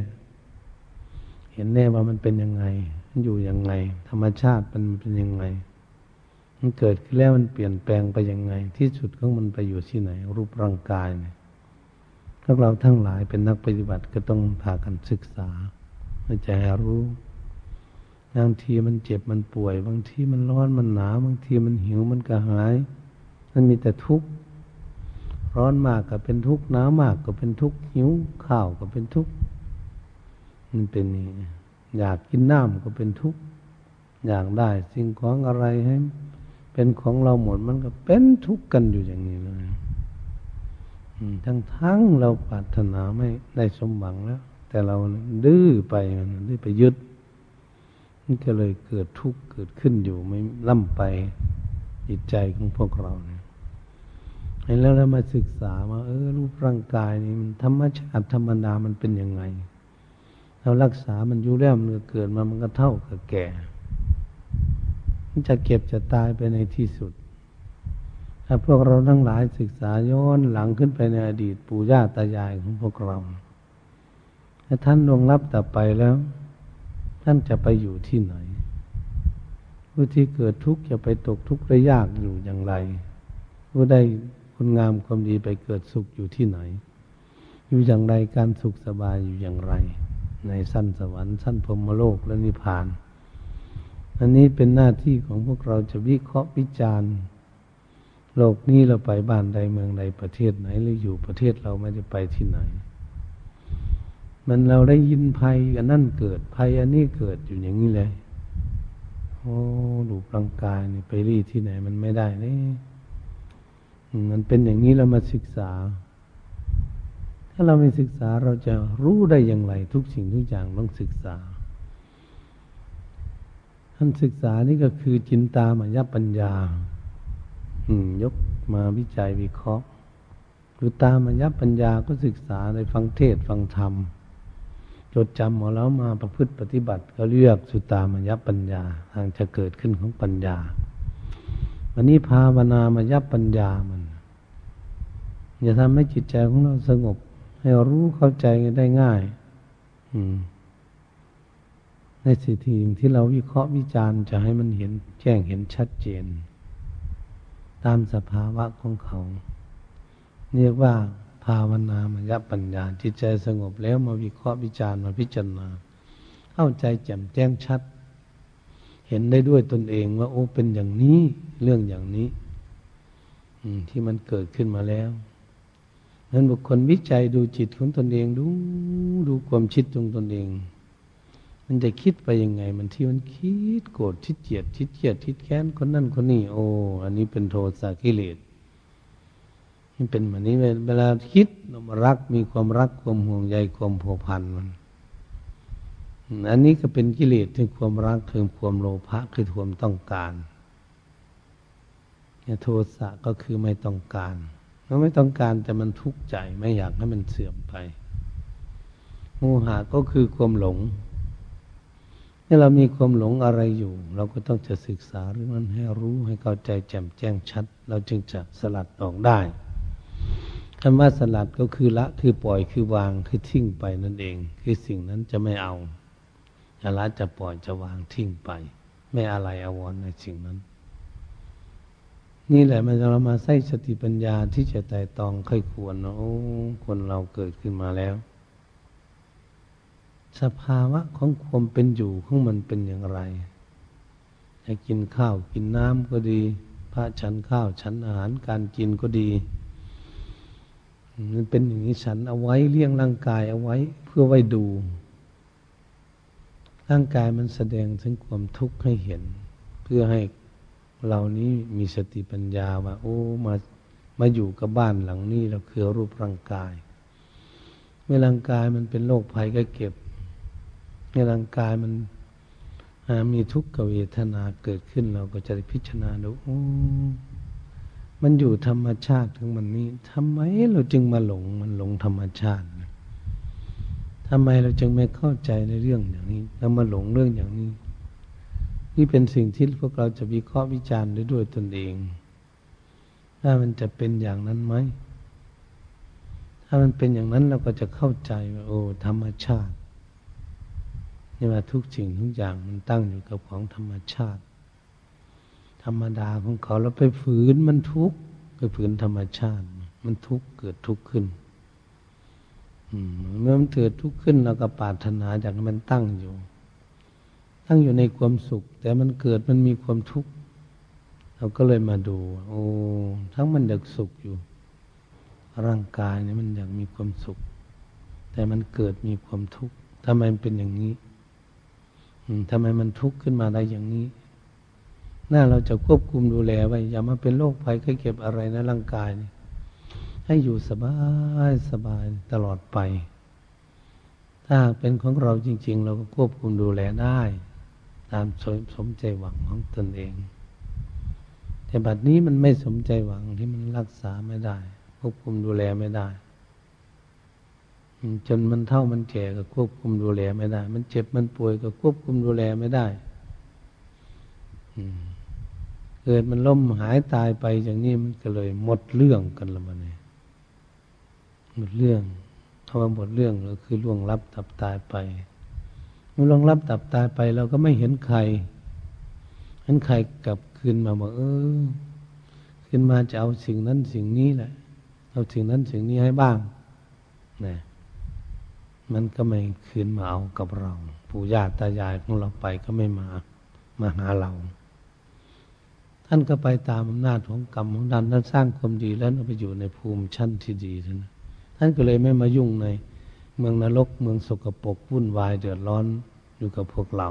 ว่ามันเป็นยังไงมันอยู่ยังไงธรรมชาติมันเป็นยังไงมันเกิดขึ้นแล้วมันเปลี่ยนแปลงไปยังไงที่สุดของมันไปอยู่ที่ไหนรูปร่างกายเนี่ยพวกเราทั้งหลายเป็นนักปฏิบัติก็ต้องพากันศึกษาเพื่อจะให้รู้บางทีมันเจ็บมันป่วยบางทีมันร้อนมันหนาวบางทีมันหิวมันกระหายมันมีแต่ทุกข์ร้อนมากก็เป็นทุกข์หนาวมากก็เป็นทุกข์หิวข้าวก็เป็นทุกข์มันเป็นนี่อยากกินน้ำก็เป็นทุกข์อยากได้สิ่งของอะไรให้เป็นของเราหมดมันก็เป็นทุกข์กันอยู่อย่างนี้เลยทั้งเราปรารถนาไม่ได้สมหวังแล้วแต่เราดื้อไปดื้อไปยึดมันก็เลยเกิดทุกข์เกิดขึ้นอยู่ไม่ล่ำไปจิตใจของพวกเราเนี่ยแล้วเรามาศึกษาว่ารูปร่างกายนี่มันธรรมชาติธรรมดามันเป็นยังไงเรารักษามันอยู่แล้วมันเกิดมามันก็เท่ากับแก่มันจะเก็บจะตายไปในที่สุดถ้าพวกเราทั้งหลายศึกษาย้อนหลังขึ้นไปในอดีตปู่ย่าตายายของพวกเราถ้าท่านล่วงลับต่อไปแล้วท่านจะไปอยู่ที่ไหนผู้ที่เกิดทุกข์จะไปตกทุกข์ได้ยากอยู่อย่างไรผู้ได้คุณงามความดีไปเกิดสุขอยู่ที่ไหนอยู่อย่างไรการสุขสบายอยู่อย่างไรในชั้นสวรรค์ชั้นพรหมโลกและนิพพานอันนี้เป็นหน้าที่ของพวกเราจะวิเคราะห์วิจารณ์โลกนี้เราไปบ้านใดเมืองใดประเทศไหนหรืออยู่ประเทศเราไม่ได้ไปที่ไหนมันเราได้ยินภัยอันนั่นเกิดภัยอันนี้เกิดอยู่อย่างนี้เลยรูปร่างกายนี่ไปรีที่ไหนมันไม่ได้นี่มันเป็นอย่างนี้เรามาศึกษาถ้าเราไม่ศึกษาเราจะรู้ได้อย่างไรทุกสิ่งทุกอย่างต้องศึกษาท่านศึกษานี่ก็คือจินตามยปัญญายกมาวิจัยวิเคราะห์คือตามยปัญญาก็ศึกษาในฟังเทศฟังธรรมจดจำเอาแล้วมาประพฤติปฏิบัติก็เรียกสุตามยปัญญาทางจะเกิดขึ้นของปัญญาวันนี้ภาวนามยปัญญามันจะทำให้จิตใจของเราสงบให้รู้เข้าใจได้ง่ายในสิ่งที่เราวิเคราะห์วิจารณ์จะให้มันเห็นแจ้งเห็นชัดเจนตามสภาวะของเขาเรียกว่าภาวนามยปัญญาจิตใจสงบแล้วมาวิเคราะห์วิจารณ์มาพิจารณาเข้าใจแจ่มแจ้งชัดเห็นได้ด้วยตนเองว่าโอ้เป็นอย่างนี้เรื่องอย่างนี้ที่มันเกิดขึ้นมาแล้วนั้นบุคคลวิจัยดูจิตของตนเองดูความคิดของตนเองมันจะคิดไปยังไงมันที่มันคิดโกรธคิดเกลียดคิดแค้นคนนั่นคนนี้โอ้อันนี้เป็นโทสะกิเลสมันเป็นแบบนี้เวลาคิดรักมีความรักความห่วงใยความผูกพันมันอันนี้ก็เป็นกิเลสคือความรักคือความโลภะคือความต้องการโทสะก็คือไม่ต้องการมันไม่ต้องการแต่มันทุกข์ใจไม่อยากให้มันเสื่อมไปโมหะก็คือความหลงนี่เรามีความหลงอะไรอยู่เราก็ต้องจะศึกษาเรื่องนั้นให้รู้ให้เข้าใจแจ่มแจ้งชัดเราจึงจะสลัดออกได้คำว่าสลัดก็คือละคือปล่อยคือวางคือทิ้งไปนั่นเองคือสิ่งนั้นจะไม่เอาจะละจะปล่อยจะวางทิ้งไปไม่อะไรอาวรณ์ในสิ่งนั้นนี่แหละมันจะเรามาใช้สติปัญญาที่จะไต่ตองค่อยควรโอ้คนเราเกิดขึ้นมาแล้วสภาวะของความเป็นอยู่ของมันเป็นอย่างไรจะกินข้าวกินน้ำก็ดีพระฉันข้าวฉันอาหารการกินก็ดีมันเป็นอย่างนี้ฉันเอาไว้เลี้ยงร่างกายเอาไว้เพื่อไว้ดูร่างกายมันแสดงถึงความทุกข์ให้เห็นเพื่อให้เรานี้มีสติปัญญาว่าโอ้มาอยู่กับบ้านหลังนี้เราคือรูปร่างกายเมื่อร่างกายมันเป็นโรคภัยก็เก็บเมื่อร่างกายมันมีทุกขเวทนาเกิดขึ้นเราก็จะพิจารณาดูโอ้มันอยู่ธรรมชาติของมันนี้ทำไมเราจึงมาหลงมันหลงธรรมชาติทำไมเราจึงไม่เข้าใจในเรื่องอย่างนี้แล้วมาหลงเรื่องอย่างนี้นี่เป็นสิ่งที่พวกเราจะวิเคราะห์วิจารณ์ได้ด้วยตนเองถ้ามันจะเป็นอย่างนั้นไหมถ้ามันเป็นอย่างนั้นเราก็จะเข้าใจว่าโอ้ธรรมชาตินี่ว่าทุกสิ่งทุกอย่างมันตั้งอยู่กับของธรรมชาติธรรมดาของเขาแล้วไปฝืนมันทุกข์ไปฝืนธรรมชาติมันทุกข์เกิดทุกข์ขึ้นเมื่อมันเกิดทุกข์ขึ้นเราก็ปรารถนาอยากให้มันตั้งอยู่ในความสุขแต่มันเกิดมันมีความทุกข์เราก็เลยมาดูโอ้ทั้งมันอยากสุขอยู่ร่างกายเนี่ยมันอยากมีความสุขแต่มันเกิดมีความทุกข์ทำไมมันเป็นอย่างนี้ทำไมมันทุกข์ขึ้นมาได้อย่างนี้น่าเราจะควบคุมดูแลไว้อย่ามาเป็นโรคภัยไข้เจ็บอะไรนะร่างกายนี่ให้อยู่สบายตลอดไปถ้าเป็นของเราจริงๆเราก็ควบคุมดูแลได้ตามสมใจหวังของตนเองแต่บัดนี้มันไม่สมใจหวังที่มันรักษาไม่ได้ควบคุมดูแลไม่ได้จนมันเฒ่ามันแก่ก็ควบคุมดูแลไม่ได้มันเจ็บมันป่วยก็ควบคุมดูแลไม่ได้เกิดมันล้มหายตายไปอย่างนี้มันก็เลยหมดเรื่องกันละมันเนี่ยหมดเรื่องคำว่าหมดเรื่องก็คือล่วงลับดับตายไปเมื่อล่วงลับดับตายไปเราก็ไม่เห็นใครกลับคืนมาบอกขึ้นมาจะเอาสิ่งนั้นสิ่งนี้แหละเอาสิ่งนั้นสิ่งนี้ให้บ้างนะมันก็ไม่คืนมาเอากับเราปู่ย่าตายายของเราไปก็ไม่มาหาเราท่านก็ไปตามอำนาจของกรรมของท่านสร้างความดีแล้วไปอยู่ในภูมิชั้นที่ดีท่านก็เลยไม่มายุ่งในเมืองนรกเมืองสกปรกวุ่นวายเดือดร้อนอยู่กับพวกเรา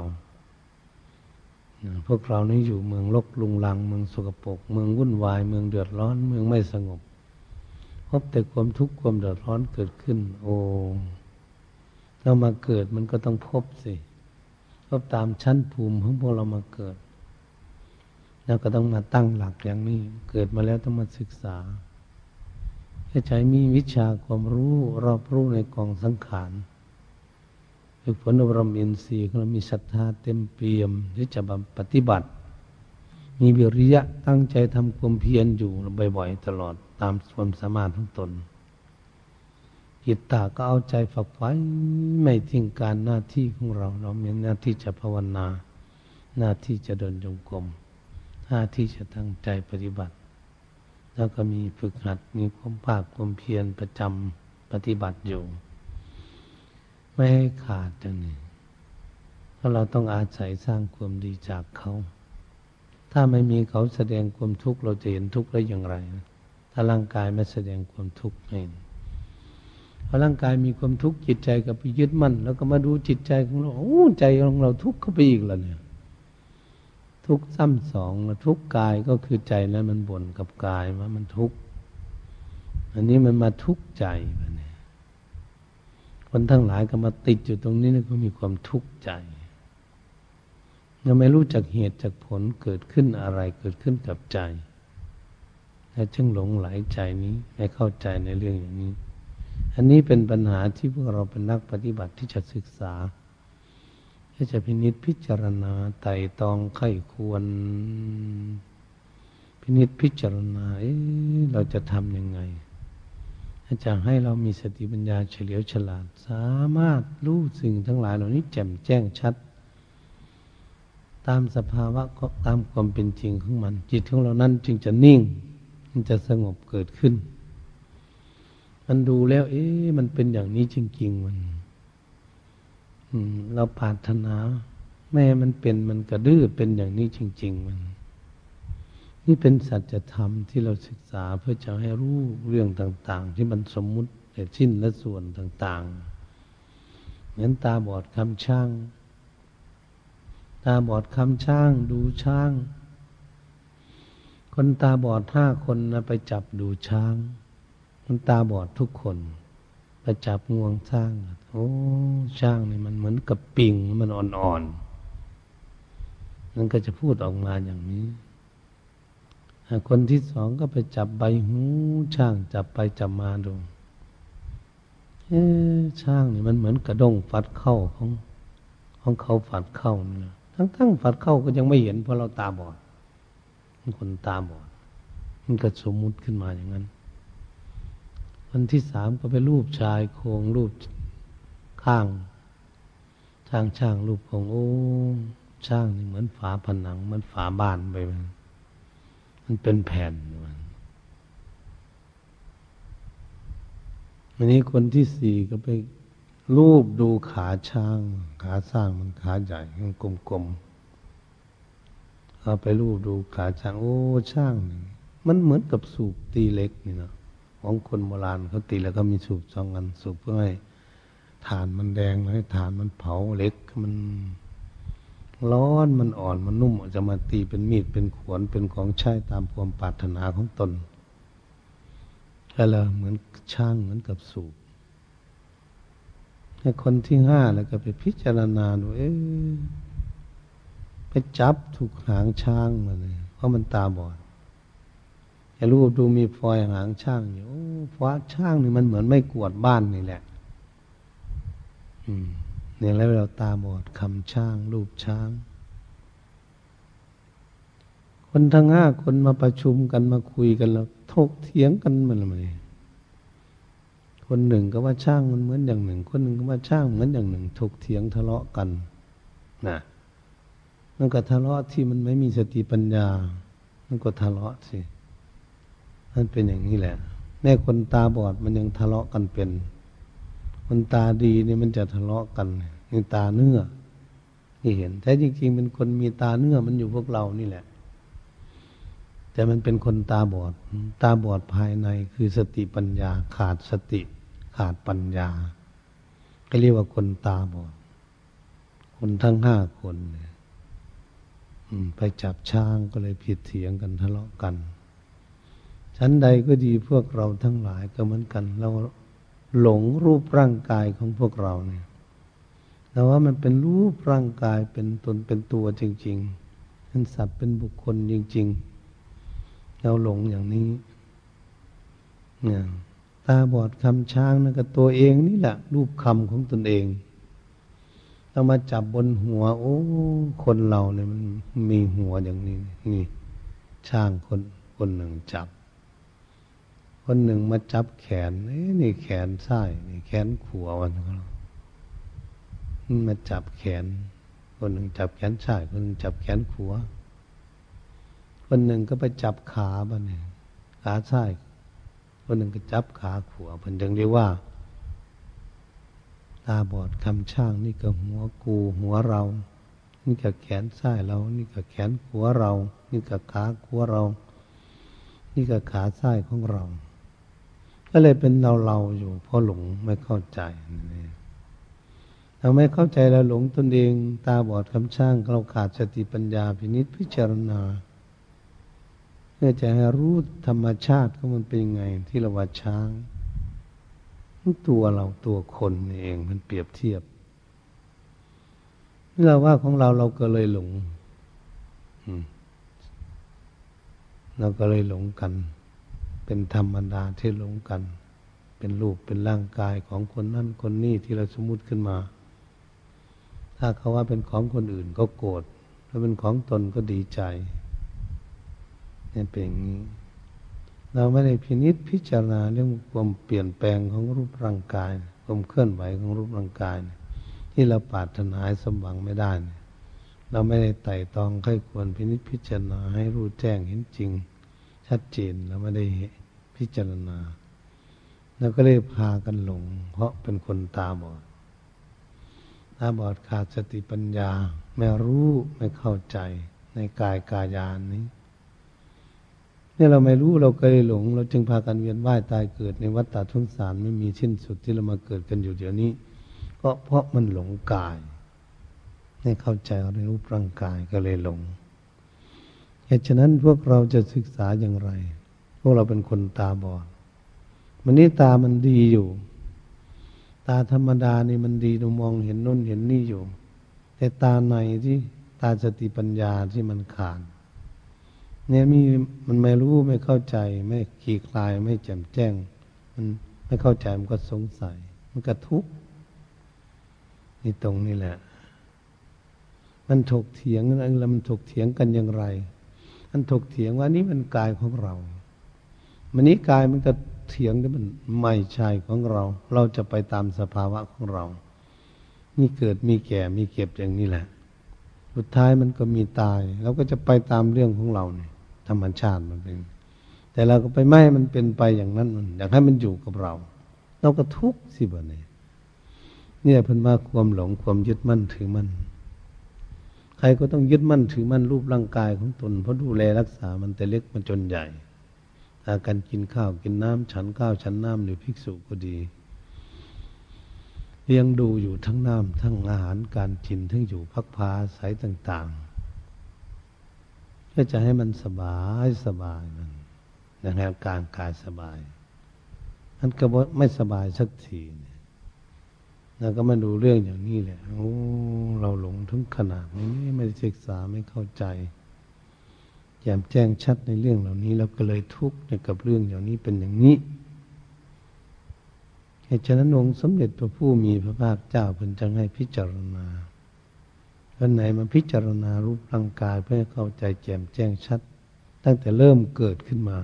นี่อยู่เมืองรกรุงรังเมืองสกปรกเมืองวุ่นวายเมืองเดือดร้อนเมืองไม่สงบพบแต่ความทุกข์ความเดือดร้อนเกิดขึ้นโอ้เรามาเกิดมันก็ต้องพบสิพบตามชั้นภูมิของพวกเรามาเกิดแล้วก็ต้องมาตั้งหลักอย่างนี้เกิดมาแล้วต้องมาศึกษาให้ใจมีวิชาความรู้รอบรู้ในกองสังขารฝึกฝนอบรมอินทรีย์เรามีศรัทธาเต็มเปี่ยมที่จะปฏิบัติมีวิริยะตั้งใจทำความเพียรอยู่บ่อยๆตลอดตามความสามารถของตนจิตตาก็เอาใจฝักไว้ไม่ทิ้งการหน้าที่ของเรามีหน้าที่จะภาวนาหน้าที่จะเดินจงกรมหน้าที่จะตั้งใจปฏิบัติแล้วก็มีฝึกหัดมีความภาคความเพียรประจำปฏิบัติอยู่ไม่ให้ขาดอย่างนี้เพราะเราต้องอาศัยสร้างความดีจากเขาถ้าไม่มีเขาแสดงความทุกข์เราจะเห็นทุกข์ได้อย่างไรถ้าร่างกายไม่แสดงความทุกข์ให้พอร่างกายมีความทุกข์จิตใจก็ไปยึดมั่นแล้วก็มาดูจิตใจของเราใจของเราทุกข์เข้าไปอีกแล้วเนี่ยทุกข์ซ้ำสองทุกข์กายก็คือใจนั้นมันบ่นกับกายว่ามันทุกข์อันนี้มันมาทุกข์ใจมันเนี่ยคนทั้งหลายก็มาติดอยู่ตรงนี้ก็มีความทุกข์ใจเราไม่รู้จักเหตุจากผลเกิดขึ้นอะไรเกิดขึ้นกับใจและจึงหลงไหลใจนี้ไม่เข้าใจในเรื่องอย่างนี้อันนี้เป็นปัญหาที่พวกเราเป็นนักปฏิบัติที่จะศึกษาก็จะพินิจพิจารณาไต่ตองไข้ควรพินิจพิจารณาเราจะทำยังไงจะให้เรามีสติปัญญาเฉลียวฉลาดสามารถรู้สิ่งทั้งหลายเหล่านี้แจ่มแจ้งชัดตามสภาวะตามความเป็นจริงของมันจิตของเรานั้นจึงจะนิ่งมันจะสงบเกิดขึ้นมันดูแล้วมันเป็นอย่างนี้จริงๆมันเราปรารถนาแม้มันเป็นมันกระดื้อเป็นอย่างนี้จริงๆมันนี่เป็นสัจธรรมที่เราศึกษาเพื่อจะให้รู้เรื่องต่างๆที่มันสมมุติแต่ชิ้นและส่วนต่างๆเหมือนตาบอดคำช่างตาบอดคำช่างดูช้างคนตาบอด5 คนนะไปจับดูช้างคนตาบอดทุกคนไปจับงวงช้างโอ้ช้างนี่มันเหมือนกับปิงมันอ่อนๆนั่นก็จะพูดออกมาอย่างนี้คนที่ 2ก็ไปจับใบหูช้างจับไปจับมาดูช้างนี่มันเหมือนกระด้งฟัดเข้าของเขาฟัดเข้านี่นะทั้งฟัดเข้าก็ยังไม่เห็นเพราะเราตาบอดคนตาบอดมันก็สมมุติขึ้นมาอย่างนั้นคนที่ 3ก็ไปรูปชายโครงรูปข้างช่างรูปของโอ้ช้างนี่เหมือนฝาผนังเหมือนฝาบ้านไปมันเป็นแผ่นอันนี้คนที่ 4ก็ไปรูปดูขาช้างขาสร้างมันขาใหญ่มันกลมๆเอาไปรูปดูขาช้างโอ้ช้างนี่มันเหมือนกับสูบตีเหล็กนี่นะของคนโบราณเขาตีแล้วก็มีสูบ2 อันสูบเพื่อให้ถ่านมันแดงแล้วให้ถ่านมันเผาเหล็กมันร้อนมันอ่อนมันนุ่มจะมาตีเป็นมีดเป็นขวานเป็นของใช้ตามความปรารถนาของตนก็เลยเหมือนช่างเหมือนกับสูบให้คนที่ 5แล้วก็ไปพิจารณาดูไปจับถูกหางช้างมาเลยเพราะมันตาบอดให้รูปดูมีฟอยหางช้างอยู่เพราะช้างนี่มันเหมือนไม่กวาดบ้านนี่แหละเนี่ยแล้วเราตาบอดคำช้างรูปช้างคนทั้ง 5 คนมาประชุมกันมาคุยกันแล้วถกเถียงกันมันเลยคนหนึ่งก็ว่าช้างมันเหมือนอย่างหนึ่งคนหนึ่งก็ว่าช้างเหมือนอย่างหนึ่งถกเถียงทะเลาะกันนะนั่นก็ทะเลาะที่มันไม่มีสติปัญญานั่นก็ทะเลาะสินั่นเป็นอย่างนี้แหละแม่คนตาบอดมันยังทะเลาะกันเป็นคนตาดีนี่มันจะทะเลาะกันนี่ตาเนื้อนี่เห็นแท้จริงๆเป็นคนมีตาเนื้อมันอยู่พวกเรานี่แหละแต่มันเป็นคนตาบอดภายในคือสติปัญญาขาดสติขาดปัญญาก็เรียกว่าคนตาบอดคนทั้ง 5 คนเนี่ยไปจับช้างก็เลยผิดเถียงกันทะเลาะกันชั้นใดก็ดีพวกเราทั้งหลายก็เหมือนกันเราหลงรูปร่างกายของพวกเราเนี่ยแต่ว่ามันเป็นรูปร่างกายเป็นตนเป็นตัวจริงๆเป็นสัตว์เป็นบุคคลจริงๆเราหลงอย่างนี้เนี่ยตาบอดคำช้างนั่นก็ตัวเองนี่แหละรูปคำของตนเองเรามาจับบนหัวโอ้คนเราเนี่ยมันมีหัวอย่างนี้นี่ช้างคนหนึ่งจับคนหนึ่งมาจับแขนนี่แขนซ้ายนี่แขนขวาวันเขามาจับแขนคนหนึ่งจับแขนซ้ายคนหนึ่งจับแขนขวาคนหนึ่งก็ไปจับขาบ้านนี่ขาซ้ายคนหนึ่งก็จับขาขวาเพิ่นจึงเรียกว่าตาบอดคำช่างนี่ก็หัวกูหัวเรานี่ก็แขนซ้ายเรานี่ก็แขนขวาเรานี่ก็ขาขวาเรานี่ก็ขาซ้ายของเราก็เลยเป็นเราอยู่เพราะหลงไม่เข้าใจเราไม่เข้าใจเราหลงตนเองตาบอดคำช่างเราขาดสติปัญญาพินิจพิจารณาเพื่อจะให้รู้ธรรมชาติของมันเป็นยังไงที่เราว่าช้างตัวเราตัวคนเองมันเปรียบเทียบเราว่าของเราก็เลยหลงเราก็เลยหลงกันเป็นธรรมดาที่หลงกันเป็นรูปเป็นร่างกายของคนนั้นคนนี้ที่เราสมมุติขึ้นมาถ้าเขาว่าเป็นของคนอื่นก็โกรธถ้าเป็นของตนก็ดีใจนี่เป็นอย่างนี้เราไม่ได้พินิจพิจารณาเรื่องความเปลี่ยนแปลงของรูปร่างกายความเคลื่อนไหวของรูปร่างกายที่เราปรารถนาให้สมหวังไม่ได้เราไม่ได้ไต่ตองค่อยควรพินิจพิจารณาให้รู้แจ้งเห็นจริงชัดเจนเราไม่ได้พิจารณาแล้วก็เลยพากันหลงเพราะเป็นคนตาบอดขาดสติปัญญาไม่รู้ไม่เข้าใจในกายกายานนี้เนี่ยเราไม่รู้เราเคยหลงเราจึงพากันเวียนว่ายตายเกิดในวัฏฏะสงสารไม่มีสิ้นสุดที่เรามาเกิดกันอยู่เดี๋ยวนี้ก็เพราะมันหลงกายไม่เข้าใจในรูปร่างกายก็เลยหลงเหตุฉะนั้นพวกเราจะศึกษาอย่างไรพวกเราเป็นคนตาบอดวันนี้ตามันดีอยู่ตาธรรมดานี่มันดีเรามองเห็นโน่นเห็นนี่อยู่แต่ตาในที่ตาสติปัญญาที่มันขาดเนี่ยมันไม่รู้ไม่เข้าใจไม่คลี่คลายไม่แจ่มแจ้งมันไม่เข้าใจมันก็สงสัยมันก็ทุกข์นี่ตรงนี้แหละมันถกเถียงแล้วมันถกเถียงกันอย่างไรมันถกเถียงว่านี่มันกายของเรามันนี้กายมันก็เถียงที่มันไม่ใช่ของเราเราจะไปตามสภาวะของเรามีเกิดมีแก่มีเก็บอย่างนี้แหละสุดท้ายมันก็มีตายเราก็จะไปตามเรื่องของเราเนี่ยธรรมชาติมันเป็นแต่เราก็ไปไม่ให้มันเป็นไปอย่างนั้นมันอยากให้มันอยู่กับเราเราก็ทุกข์สิบ่เนี่ยเพิ่นว่าความหลงความยึดมั่นถือมั่นใครก็ต้องยึดมั่นถือมั่นรูปร่างกายของตนเพราะดูแลรักษามันแต่เล็กมันจนใหญ่การกินข้าวกินน้ำฉันข้าวฉันน้ำหรือภิกษุก็ดีเลี้ยงดูอยู่ทั้งน้ำทั้งอาหารการกินทั้งอยู่พักพาอาศัยต่างๆเพื่อจะให้มันสบายมันนะครับการกายสบายมันก็ไม่สบายสักทีแล้วก็มาดูเรื่องอย่างนี้แหละโอ้เราหลงถึงขนาดนี้ไม่ได้ศึกษาไม่เข้าใจแจ่มแจ้งชัดในเรื่องเหล่านี้แล้วก็เลยทุกข์กับเรื่องอย่างนี้เป็นอย่างนี้เหตุฉะนั้นองค์สมเด็จพระผู้มีพระภาคเจ้าเพิ่นจึงให้พิจารณาวันไหนมาพิจารณารูปร่างกายเพื่อให้เข้าใจแจ่มแจ้งชัดตั้งแต่เริ่มเกิดขึ้นมา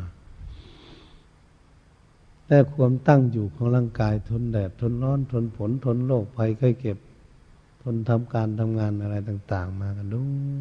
แต่ความตั้งอยู่ของร่างกายทนแดดทนร้อนทนฝนทนโรคภัยไข้เจ็บทนทำการทำงานอะไรต่างๆมากันดู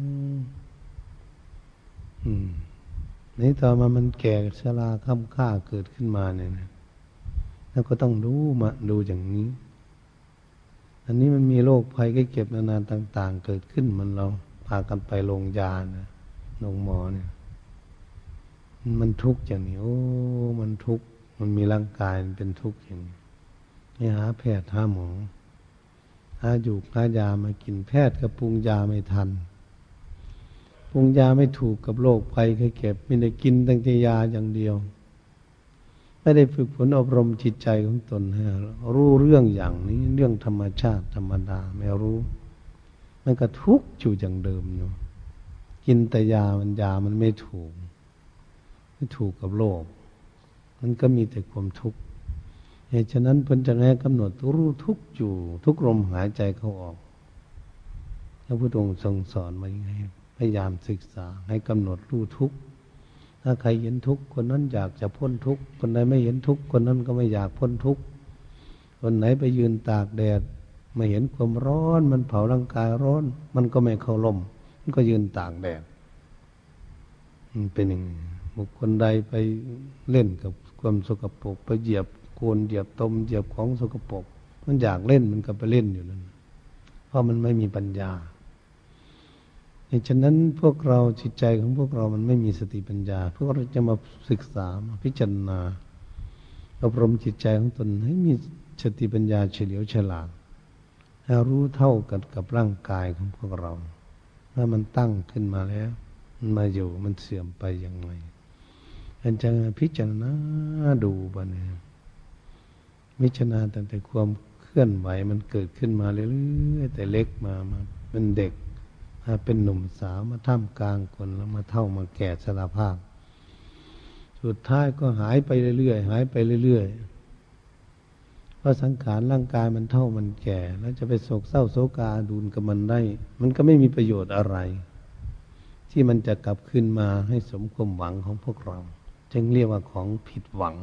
นี่ต่อมามันแก่ชราค่ำค่าเกิดขึ้นมาเนี่ยนะแล้วก็ต้องดูอย่างนี้อันนี้มันมีโรคภัยไข้เจ็บนานาต่างๆเกิดขึ้นมันเราพากันไปโรงยานะโรงหมอเนี่ยมันทุกข์อย่างนี้โอ้มันทุกข์มันมีร่างกายมันเป็นทุกข์อย่างนี้ให้หาแพทย์หาหมอหายามากินแพทย์ก็ปรุงยาไม่ทันปรุงยาไม่ถูกกับโรคภัยไข้เจ็บไม่ได้กินตั้งแต่ยาอย่างเดียวไม่ได้ฝึกฝนอบรมจิตใจของตนให้รู้เรื่องอย่างนี้เรื่องธรรมชาติธรรมดาไม่รู้มันก็ทุกข์อยู่อย่างเดิมอยู่กินแต่ยามันไม่ถูกกับโลกมันก็มีแต่ความทุกข์เหตุฉะนั้นเพิ่นจะให้กำหนดรู้ทุกข์อยู่ทุกลมหายใจเข้าออกพระพุทธองค์ทรงสอนมาอย่างไรพยายามศึกษาให้กำหนดรู้ทุกข์ถ้าใครเห็นทุกข์คนนั้นอยากจะพ้นทุกข์คนใดไม่เห็นทุกข์คนนั้นก็ไม่อยากพ้นทุกข์คนไหนไปยืนตากแดดไม่เห็นความร้อนมันเผาร่างกายร้อนมันก็ไม่เข้าร่มมันก็ยืนตากแดดมันเป็นอย่างนี้บุคคลใดไปเล่นกับความสกปรกไปเหยียบโคลนเหยียบตมเหยียบของสกปรกมันอยากเล่นมันก็ไปเล่นอยู่นั่นเพราะมันไม่มีปัญญาฉะนั้นพวกเราจิตใจของพวกเรามันไม่มีสติปัญญาพวกเราจะมาศึกษามาพิจารณาอบรมจิตใจของตนให้มีสติปัญญาเฉลียวฉลาดให้รู้เท่ากันกับร่างกายของพวกเราว่ามันตั้งขึ้นมาแล้วมันมาอยู่มันเสื่อมไปอย่างไรอันจะพิจารณาดูไปเนี่ยพิจารณาตั้งแต่ความเคลื่อนไหวมันเกิดขึ้นมาเรื่อยๆแต่เล็กมาเป็นเด็กเป็นหนุ่มสาวมาท่ามกลางคนแล้วมาเฒ่ามาแก่ชราภาพสุดท้ายก็หายไปเรื่อยๆหายไปเรื่อยๆราะสังขารร่างกายมันเฒ่ามันแก่แล้วจะไปโศกเศร้าโศกาดูนกับมันได้มันก็ไม่มีประโยชน์อะไรที่มันจะกลับคืนมาให้สมความหวังของพวกเราจึงเรียกว่าของผิดหวัง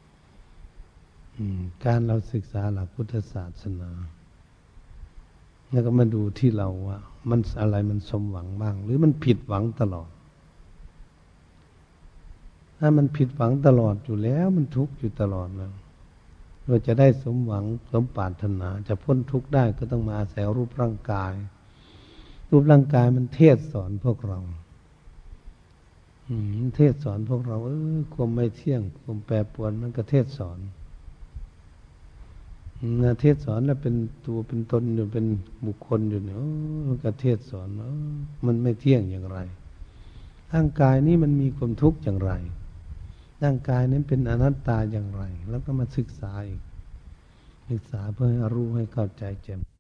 การเราศึกษาหลักพุทธศาสนาแล้วก็มาดูที่เราว่ามันอะไรมันสมหวังบ้างหรือมันผิดหวังตลอดถ้ามันผิดหวังตลอดอยู่แล้วมันทุกข์อยู่ตลอดแล้วเราจะได้สมหวังสมปรารถนาจะพ้นทุกข์ได้ก็ต้องมาอาศัยรูปร่างกายรูปร่างกายมันเทศสอนพวกเราเทศสอนพวกเราความไม่เที่ยงความแปรปรวนมันก็เทศสอนเทศสอนแล้วเป็นตัวเป็นตนอยู่เป็นบุคคลอยู่เนี่ยมันก็เทศสอนมันไม่เที่ยงอย่างไรร่างกายนี้มันมีความทุกข์อย่างไรร่างกายนั้นเป็นอนัตตาอย่างไรแล้วก็มาศึกษาอีกศึกษาเพื่อให้รู้ให้เข้าใจแจ่ม